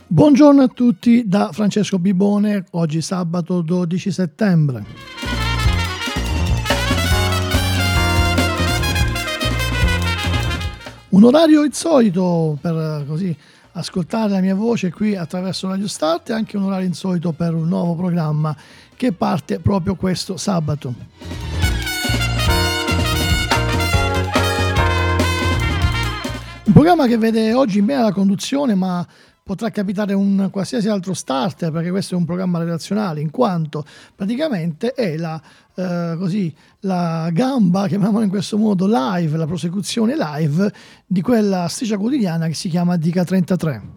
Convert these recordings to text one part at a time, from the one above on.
Buongiorno a tutti da Francesco Bibone, oggi sabato 12 settembre. Un orario insolito per così ascoltare la mia voce qui attraverso Radio Start e anche un orario insolito per un nuovo programma che parte proprio questo sabato. Un programma che vede oggi in me alla conduzione, ma potrà capitare un qualsiasi altro starter, perché questo è un programma relazionale, in quanto praticamente è la gamba, chiamiamola in questo modo, live, la prosecuzione live di quella striscia quotidiana che si chiama Dica 33.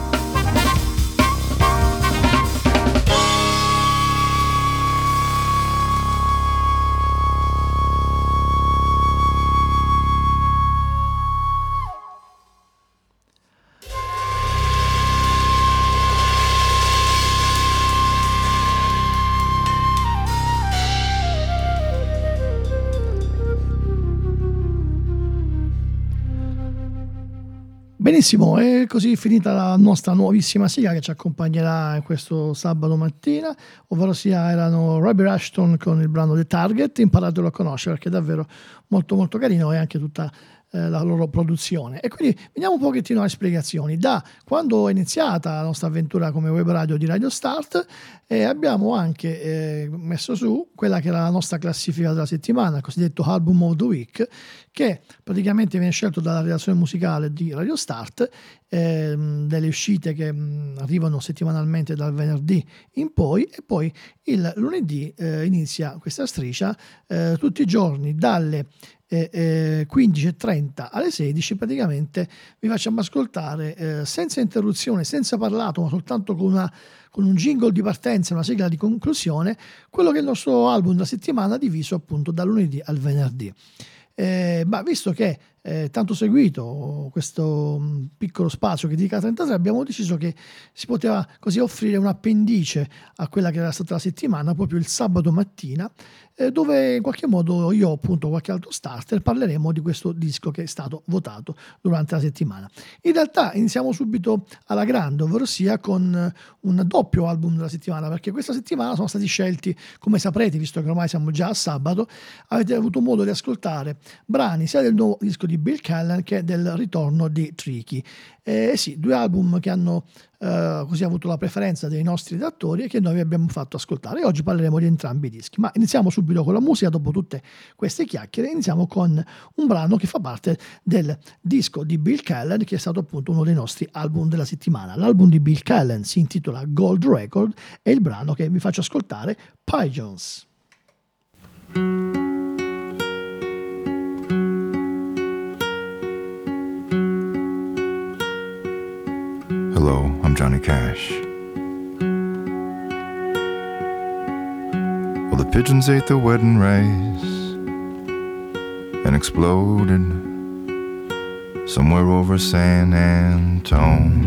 Benissimo, è così finita la nostra nuovissima sigla che ci accompagnerà questo sabato mattina, ovvero sia erano Robbie Ashton con il brano The Target. Imparatelo a conoscere perché è davvero molto molto carino e anche tutta la loro produzione. E quindi veniamo un pochettino alle spiegazioni. Da quando è iniziata la nostra avventura come web radio di Radio Start abbiamo anche messo su quella che era la nostra classifica della settimana, il cosiddetto Album of the Week, che praticamente viene scelto dalla redazione musicale di Radio Start, delle uscite che arrivano settimanalmente dal venerdì in poi, e poi il lunedì inizia questa striscia tutti i giorni dalle 15:30 alle 16. Praticamente vi facciamo ascoltare senza interruzione, senza parlato, ma soltanto con un jingle di partenza, una sigla di conclusione, quello che è il nostro album della settimana, diviso appunto dal lunedì al venerdì. Ma visto che tanto seguito questo piccolo spazio che Dica 33, abbiamo deciso che si poteva così offrire un appendice a quella che era stata la settimana proprio il sabato mattina, dove in qualche modo io appunto qualche altro starter parleremo di questo disco che è stato votato durante la settimana. In realtà iniziamo subito alla grande, ovvero sia con un doppio album della settimana, perché questa settimana sono stati scelti, come saprete, visto che ormai siamo già a sabato, avete avuto modo di ascoltare brani sia del nuovo disco di Bill Callen che del ritorno di Tricky. Sì, due album che hanno così avuto la preferenza dei nostri redattori e che noi vi abbiamo fatto ascoltare, e oggi parleremo di entrambi i dischi. Ma iniziamo subito con la musica. Dopo tutte queste chiacchiere iniziamo con un brano che fa parte del disco di Bill Callen, che è stato appunto uno dei nostri album della settimana. L'album di Bill Callen si intitola Gold Record e il brano che vi faccio ascoltare, Pigeons. Hello, I'm Johnny Cash. Well, the pigeons ate the wedding rice and exploded somewhere over San Antonio.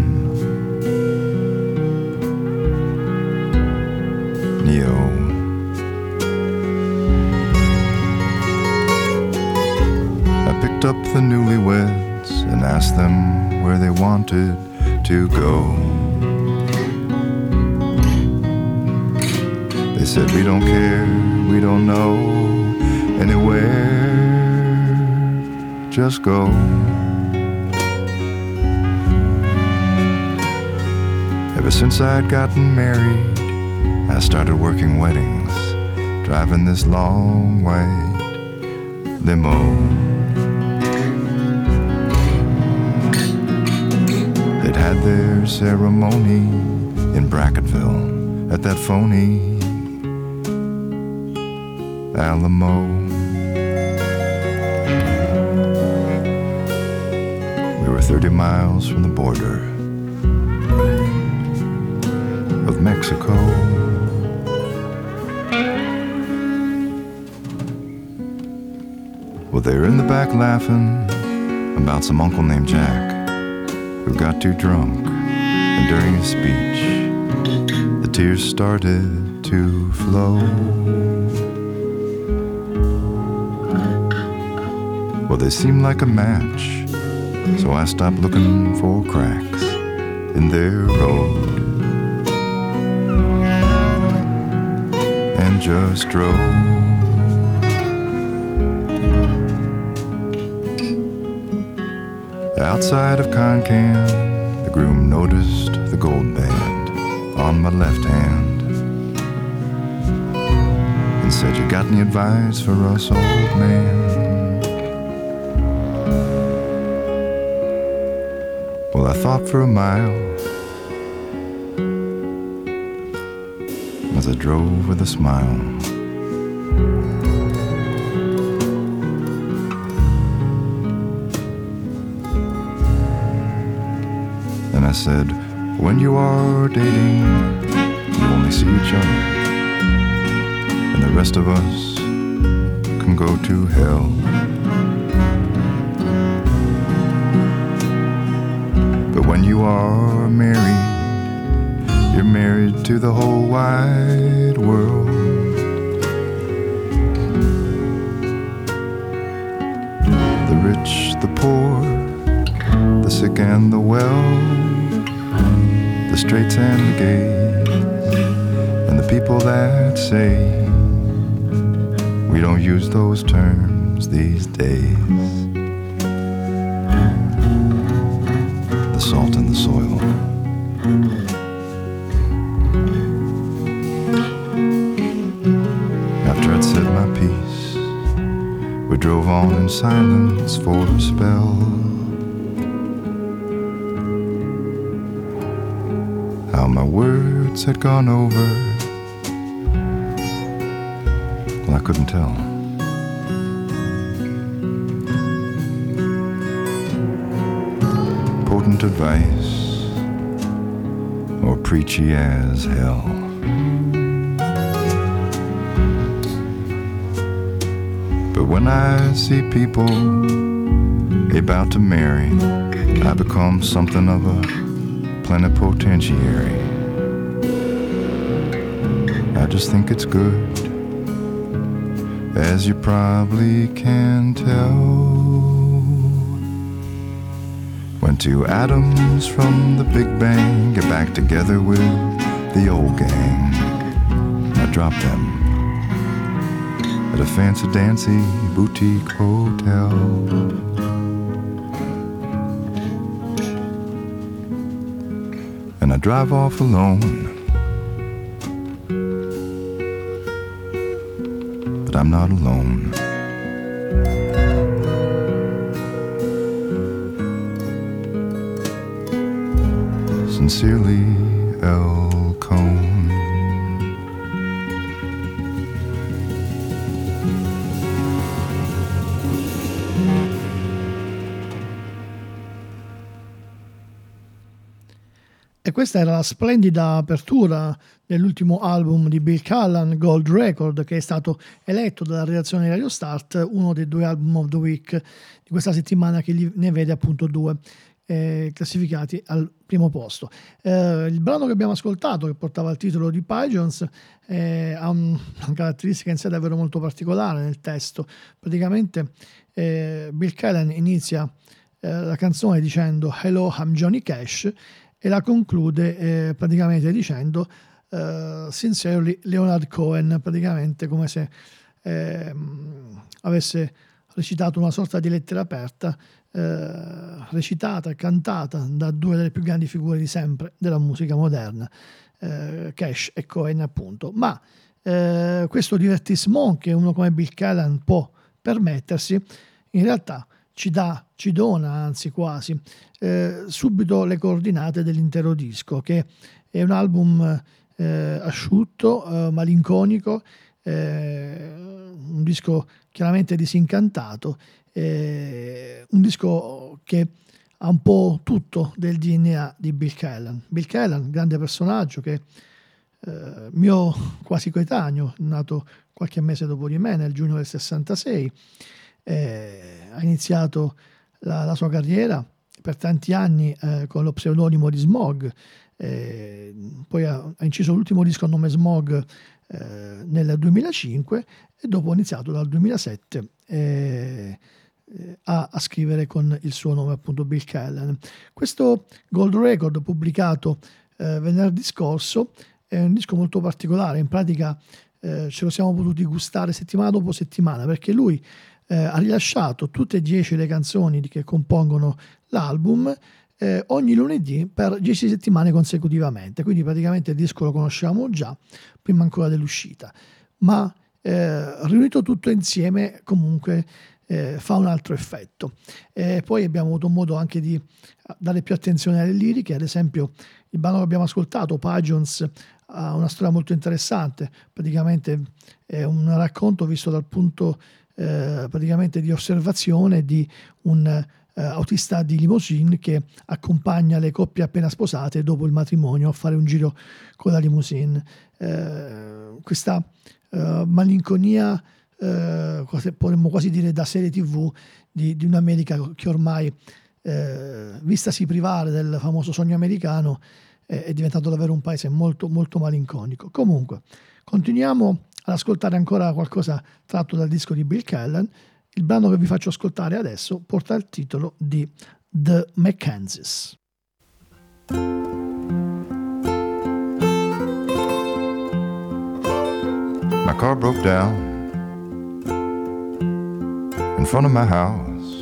I picked up the newlyweds and asked them where they wanted to go. They said, we don't care, we don't know anywhere, just go. Ever since I'd gotten married, I started working weddings, driving this long white limo. They'd had their ceremony in Brackettville at that phony Alamo. We were 30 miles from the border of Mexico. Well, they were in the back laughing about some uncle named Jack who got too drunk, and during his speech the tears started to flow. Well, they seemed like a match, so I stopped looking for cracks. in their road and just drove. Outside of Concan, the groom noticed the gold band on my left hand and said, "You got any advice for us, old man?" Well, I thought for a mile as I drove with a smile. Then I said, when you are dating, you only see each other, and the rest of us can go to hell. But when you are married, you're married to the whole wide world. The rich, the poor, the sick and the well, the straights and the gays, and the people that say we don't use those terms these days. The salt in the soil. After I'd said my piece, we drove on in silence for a spell. How my words had gone over, well, I couldn't tell. Potent advice, or preachy as hell. But when I see people about to marry, I become something of a plenipotentiary. I just think it's good, as you probably can tell. When two atoms from the Big Bang get back together with the old gang, I drop them at a fancy-dancy boutique hotel. And I drive off alone, but I'm not alone. Sincerely, L. Cohn. E questa era la splendida apertura dell'ultimo album di Bill Callan, Gold Record, che è stato eletto dalla redazione di Radio Start uno dei 2 album of the week di questa settimana, che ne vede appunto 2 classificati al primo posto. Il brano che abbiamo ascoltato, che portava il titolo di Pigeons, ha una caratteristica in sé davvero molto particolare nel testo. Praticamente Bill Callan inizia la canzone dicendo "Hello, I'm Johnny Cash", e la conclude praticamente dicendo "Sincerely Leonard Cohen", praticamente come se avesse recitato una sorta di lettera aperta, recitata e cantata da 2 delle più grandi figure di sempre della musica moderna, Cash e Cohen appunto. Ma questo divertissement che uno come Bill Callan può permettersi, in realtà ci dona anzi quasi subito le coordinate dell'intero disco, che è un album asciutto, malinconico, un disco chiaramente disincantato, un disco che ha un po' tutto del DNA di Bill Callan. Bill Callan, grande personaggio, che mio quasi coetaneo, nato qualche mese dopo di me, nel giugno del 66, ha iniziato la sua carriera per tanti anni con lo pseudonimo di Smog, poi ha inciso l'ultimo disco a nome Smog nel 2005, e dopo ha iniziato dal 2007 a scrivere con il suo nome, appunto Bill Callahan. Questo Gold Record, pubblicato venerdì scorso, è un disco molto particolare. In pratica ce lo siamo potuti gustare settimana dopo settimana, perché lui ha rilasciato tutte e 10 le canzoni che compongono l'album ogni lunedì per 10 settimane consecutivamente. Quindi praticamente il disco lo conosciamo già prima ancora dell'uscita, ma riunito tutto insieme comunque fa un altro effetto. Poi abbiamo avuto modo anche di dare più attenzione alle liriche. Ad esempio il brano che abbiamo ascoltato, Pigeons, ha una storia molto interessante. Praticamente è un racconto visto dal punto praticamente di osservazione di un autista di limousine che accompagna le coppie appena sposate dopo il matrimonio a fare un giro con la limousine. Questa malinconia, potremmo quasi dire da serie TV, di un'America che ormai, vistasi privare del famoso sogno americano, è diventato davvero un paese molto molto malinconico. Comunque continuiamo ad ascoltare ancora qualcosa tratto dal disco di Bill Callahan. Il brano che vi faccio ascoltare adesso porta il titolo di The Mackenzies. My car broke down in front of my house.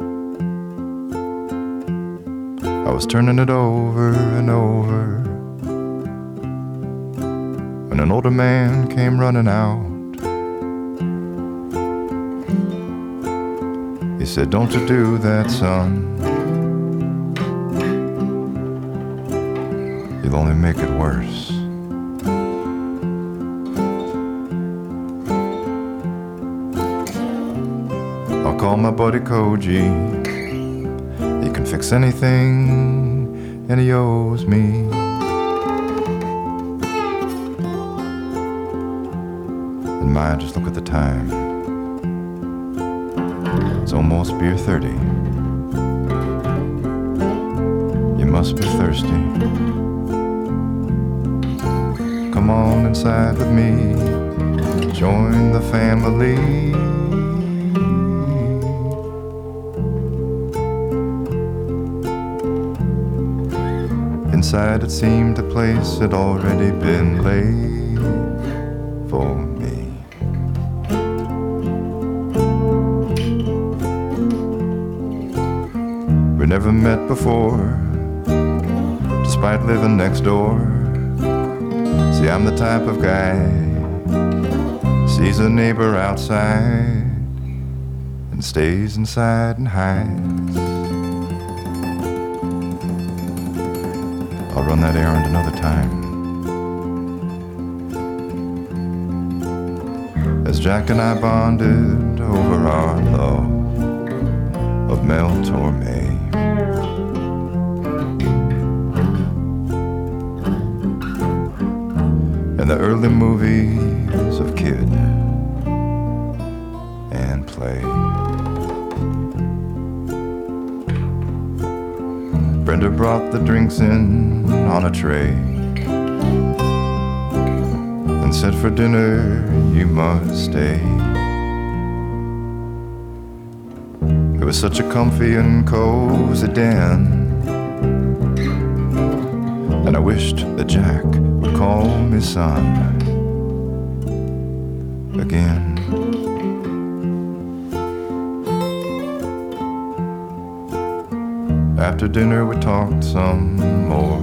I was turning it over and over when an older man came running out. He said, "Don't you do that, son. You'll only make it worse." I'll call my buddy Koji. He can fix anything, and he owes me. And my, just look at the time. It's almost beer 30. You must be thirsty. Come on inside with me. Join the family. Inside it seemed a place had already been laid for me. We never met before, despite living next door. See, I'm the type of guy, sees a neighbor outside and stays inside and hides. I'll run that errand another time. As Jack and I bonded over our love of Mel Torme. And the early movies of Kid and Play. Brenda brought the drinks in on a tray and said, "For dinner you must stay." It was such a comfy and cozy den, and I wished that Jack would call me son again. After dinner we talked some more.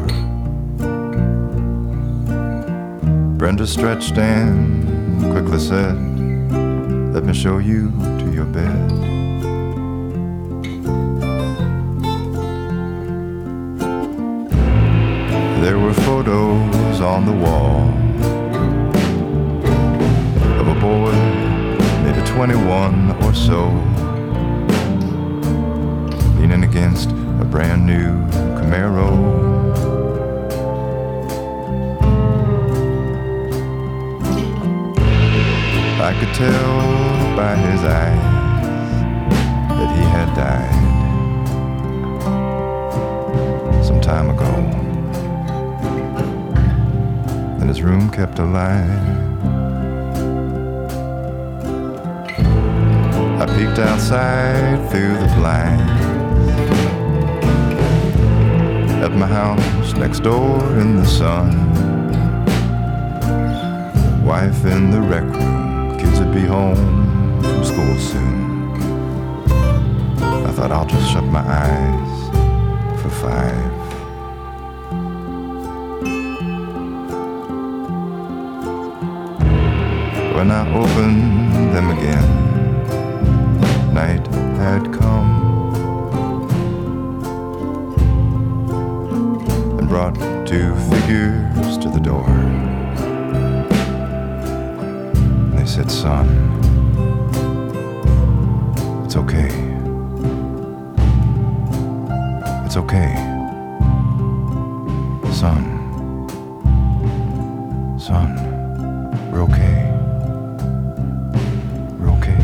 Brenda stretched and quickly said, "Let me show you to your bed." There were photos on the wall of a boy, maybe 21 or so, leaning against a brand new Camaro. I could tell by his eyes that he had died some time ago, and his room kept alive. I peeked looked outside through the blinds at my house next door in the sun. Wife in the rec room, kids would be home from school soon. I thought I'll just shut my eyes for 5. When I opened them again, night had come and brought 2 figures to the door. They said, "Son, it's okay. It's okay. Son, we're okay. We're okay."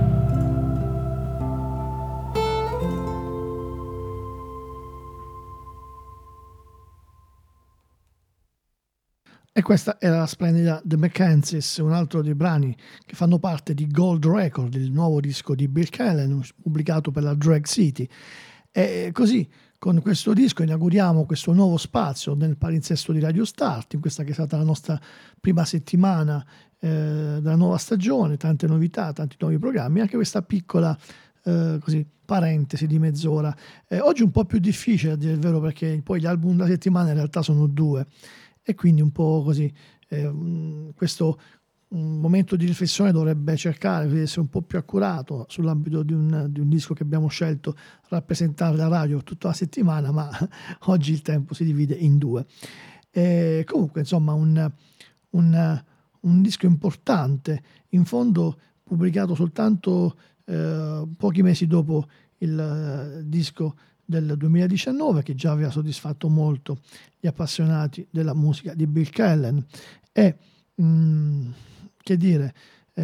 E questa era la splendida The Mackenzies, un altro dei brani che fanno parte di Gold Record, il nuovo disco di Bill Callen, pubblicato per la Drag City. E così, con questo disco, inauguriamo questo nuovo spazio nel palinsesto di Radio Start, in questa che è stata la nostra prima settimana della nuova stagione, tante novità, tanti nuovi programmi, anche questa piccola così parentesi di mezz'ora. Oggi un po' più difficile a dire il vero, perché poi gli album della settimana in realtà sono 2. E quindi un po' così questo momento di riflessione dovrebbe cercare di essere un po' più accurato sull'ambito di un disco che abbiamo scelto rappresentare la radio tutta la settimana, ma oggi il tempo si divide in 2. Comunque insomma un disco importante, in fondo pubblicato soltanto pochi mesi dopo il disco del 2019, che già aveva soddisfatto molto gli appassionati della musica di Bill Callen. E che dire,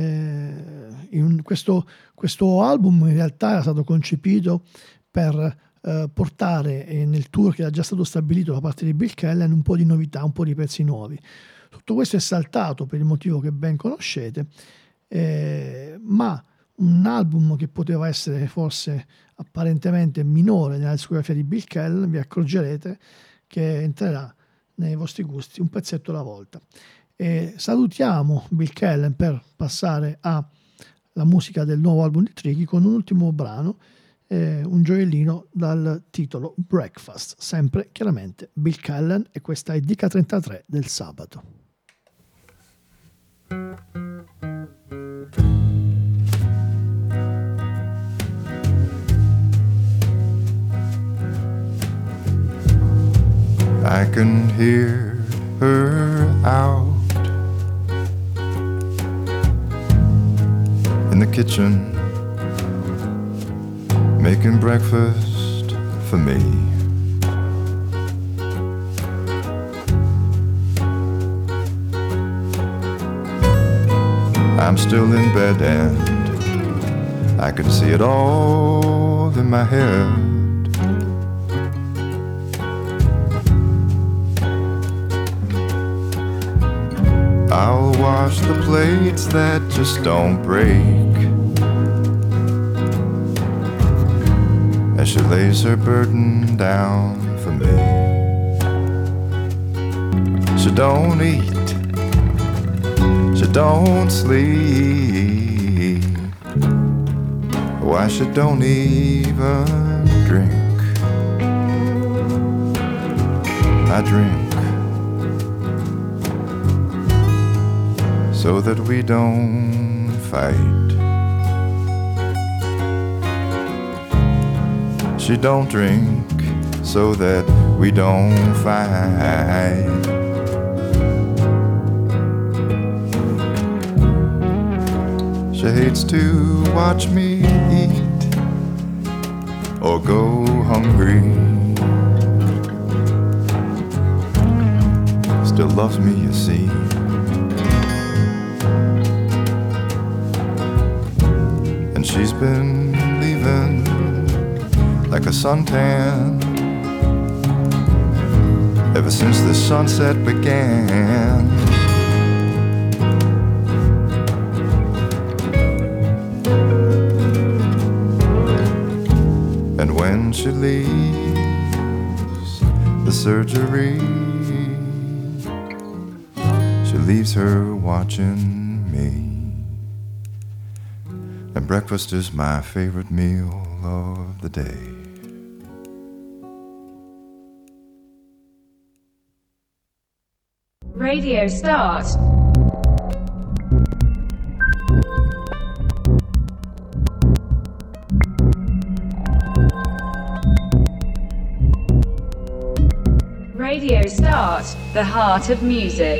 questo album in realtà era stato concepito per portare nel tour che era già stato stabilito da parte di Bill Callen un po' di novità, un po' di pezzi nuovi. Tutto questo è saltato per il motivo che ben conoscete, ma un album che poteva essere forse apparentemente minore nella discografia di Bill Callen, vi accorgerete che entrerà nei vostri gusti un pezzetto alla volta. E salutiamo Bill Callen per passare alla musica del nuovo album di Tricky con un ultimo brano, un gioiellino dal titolo Breakfast, sempre chiaramente Bill Callen, e questa è Dica 33 del sabato. I can hear her out in the kitchen making breakfast for me. I'm still in bed and I can see it all in my head. I'll wash the plates that just don't break as she lays her burden down for me. She don't eat, she don't sleep, why she don't even drink. I drink so that we don't fight. She don't drink so that we don't fight. She hates to watch me eat or go hungry. Still loves me, you see. She's been leaving like a suntan ever since the sunset began. when she leaves the surgery. She leaves her watching me. And breakfast is my favorite meal of the day. Radio start. Radio Start, the heart of music.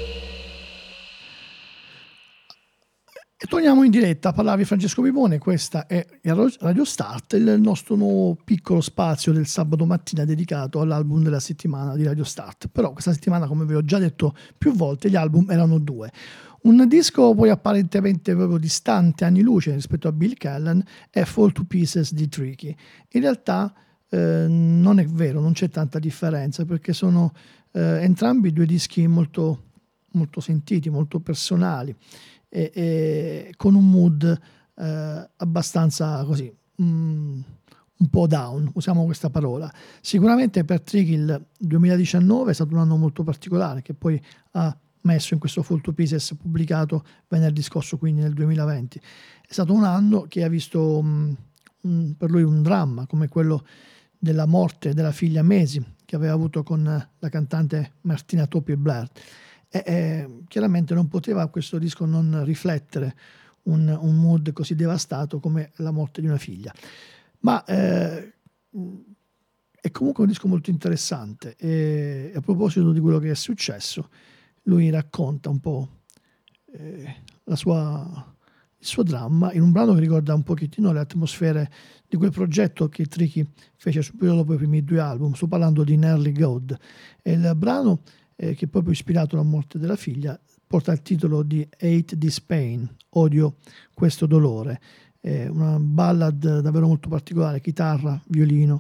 E torniamo in diretta, parlavi Francesco Pipone, questa è Radio Start, il nostro nuovo piccolo spazio del sabato mattina dedicato all'album della settimana di Radio Start. Però questa settimana, come vi ho già detto più volte, gli album erano due. Un disco poi apparentemente proprio distante anni luce rispetto a Bill Callen è Fall to Pieces di Tricky. In realtà non è vero, non c'è tanta differenza, perché sono entrambi due dischi molto, molto sentiti, molto personali, e con un mood abbastanza così, un po' down, usiamo questa parola. Sicuramente per Tricky il 2019 è stato un anno molto particolare, che poi ha messo in questo Fall to Pieces pubblicato venerdì scorso, quindi nel 2020. È stato un anno che ha visto per lui un dramma come quello della morte della figlia Maisie, che aveva avuto con la cantante Martina Topi Blair. Chiaramente non poteva questo disco non riflettere un mood così devastato come la morte di una figlia. Ma è comunque un disco molto interessante, e a proposito di quello che è successo, lui racconta un po' il suo dramma in un brano che ricorda un pochettino le atmosfere di quel progetto che Tricky fece subito dopo i primi due album. Sto parlando di Nearly God, e il brano che è proprio ispirato alla morte della figlia porta il titolo di Hate This Pain, odio questo dolore. È una ballad davvero molto particolare, chitarra, violino,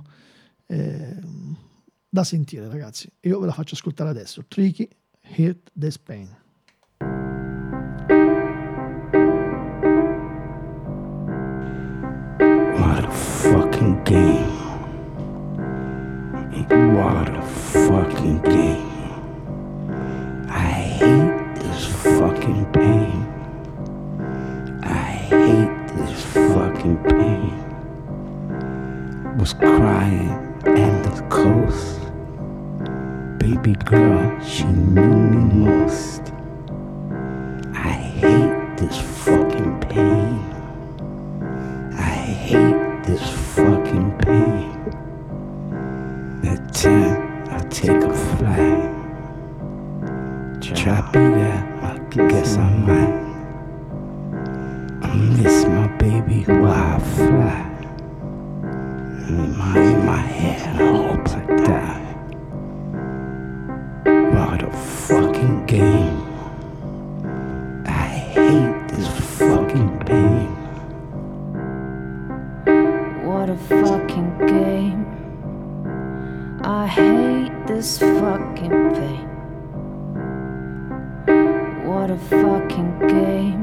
da sentire, ragazzi. Io ve la faccio ascoltare adesso. Tricky, Hate This Pain. What a fucking game. What a fucking game. I hate this fucking pain. I hate this fucking pain. Was crying at the coast. Baby girl, she knew me most. I hate this fucking pain. I hate this fucking pain. That time I take a flight. Try be there, I guess I might. I miss my baby while I fly. In my head, I hope I die. What a fucking game. I hate this fucking pain. What a fucking game. I hate this fucking pain. What a fucking game.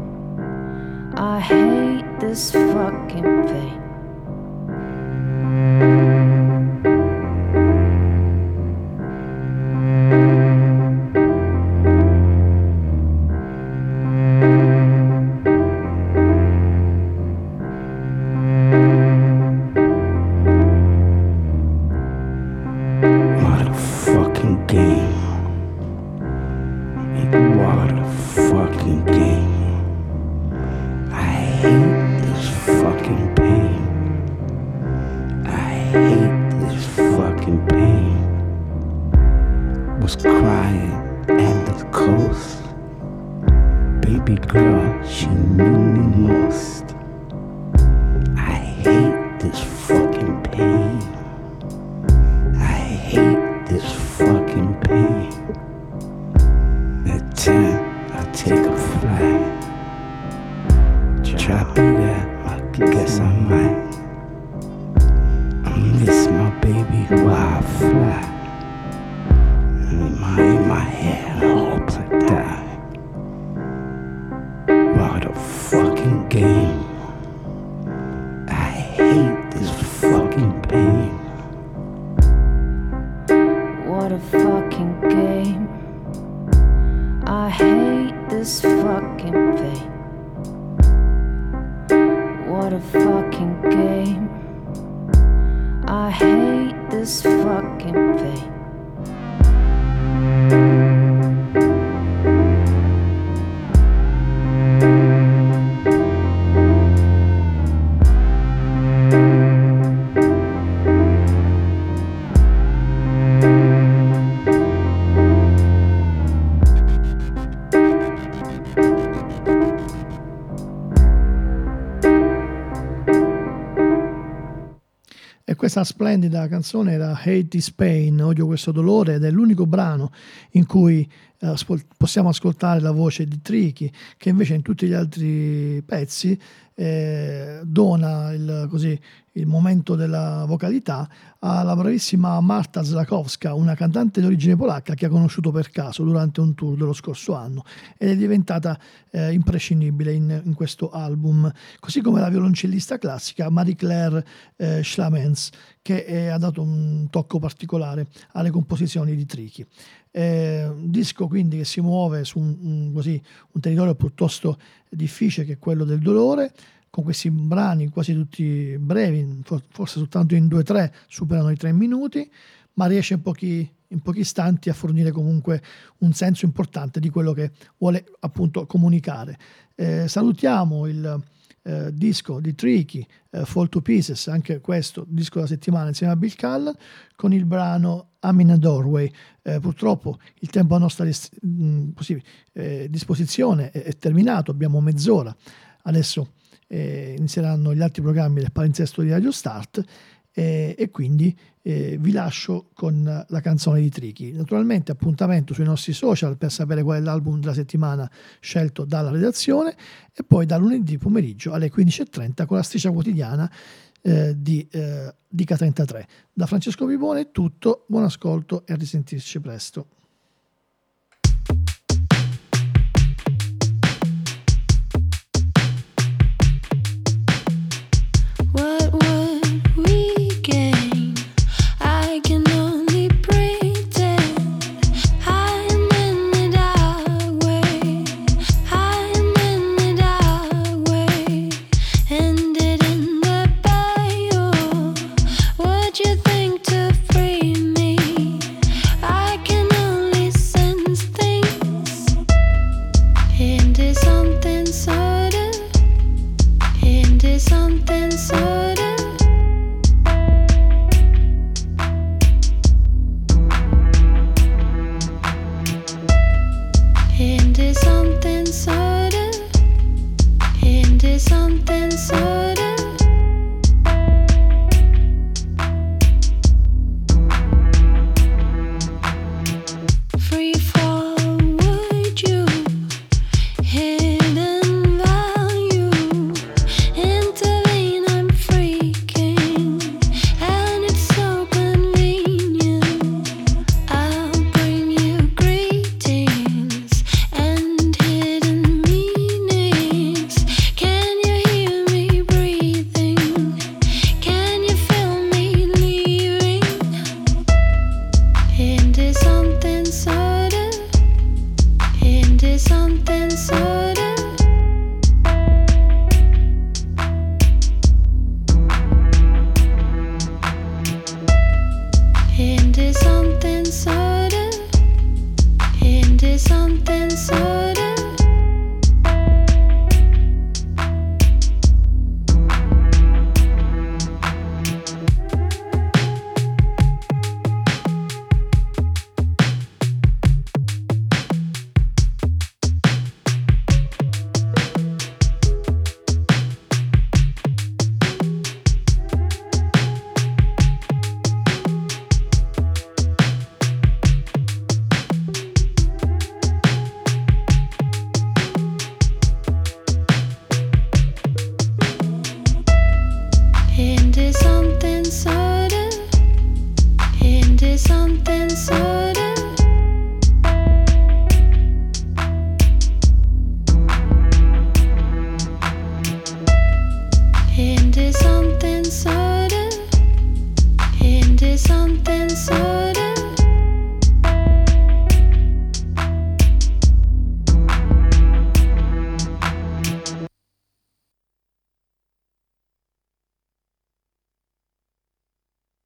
I hate this fucking pain. What a fucking game. I hate this fucking fucking pain. What a fucking game. I hate this fucking pain. Questa splendida canzone era Hate This Pain, Odio questo dolore, ed è l'unico brano in cui possiamo ascoltare la voce di Tricky, che invece in tutti gli altri pezzi dona il momento della vocalità alla bravissima Marta Zlakowska, una cantante di origine polacca che ha conosciuto per caso durante un tour dello scorso anno ed è diventata imprescindibile in questo album, così come la violoncellista classica Marie-Claire Schlamens, che ha dato un tocco particolare alle composizioni di Tricky. Un disco quindi che si muove su un territorio piuttosto difficile, che è quello del dolore, con questi brani quasi tutti brevi, forse soltanto in 2-3 superano i 3 minuti, ma riesce in pochi istanti a fornire comunque un senso importante di quello che vuole appunto comunicare. Salutiamo il disco di Tricky, Fall to Pieces, anche questo disco della settimana insieme a Bill Callan, con il brano I'm in a Doorway. Purtroppo il tempo a nostra disposizione è terminato, abbiamo mezz'ora, adesso inizieranno gli altri programmi del palinsesto di Radio Start e quindi vi lascio con la canzone di Tricky. Naturalmente appuntamento sui nostri social per sapere qual è l'album della settimana scelto dalla redazione, e poi da lunedì pomeriggio alle 15:30 con la striscia quotidiana di K33. Da Francesco Pipone è tutto, buon ascolto e a risentirci presto. Something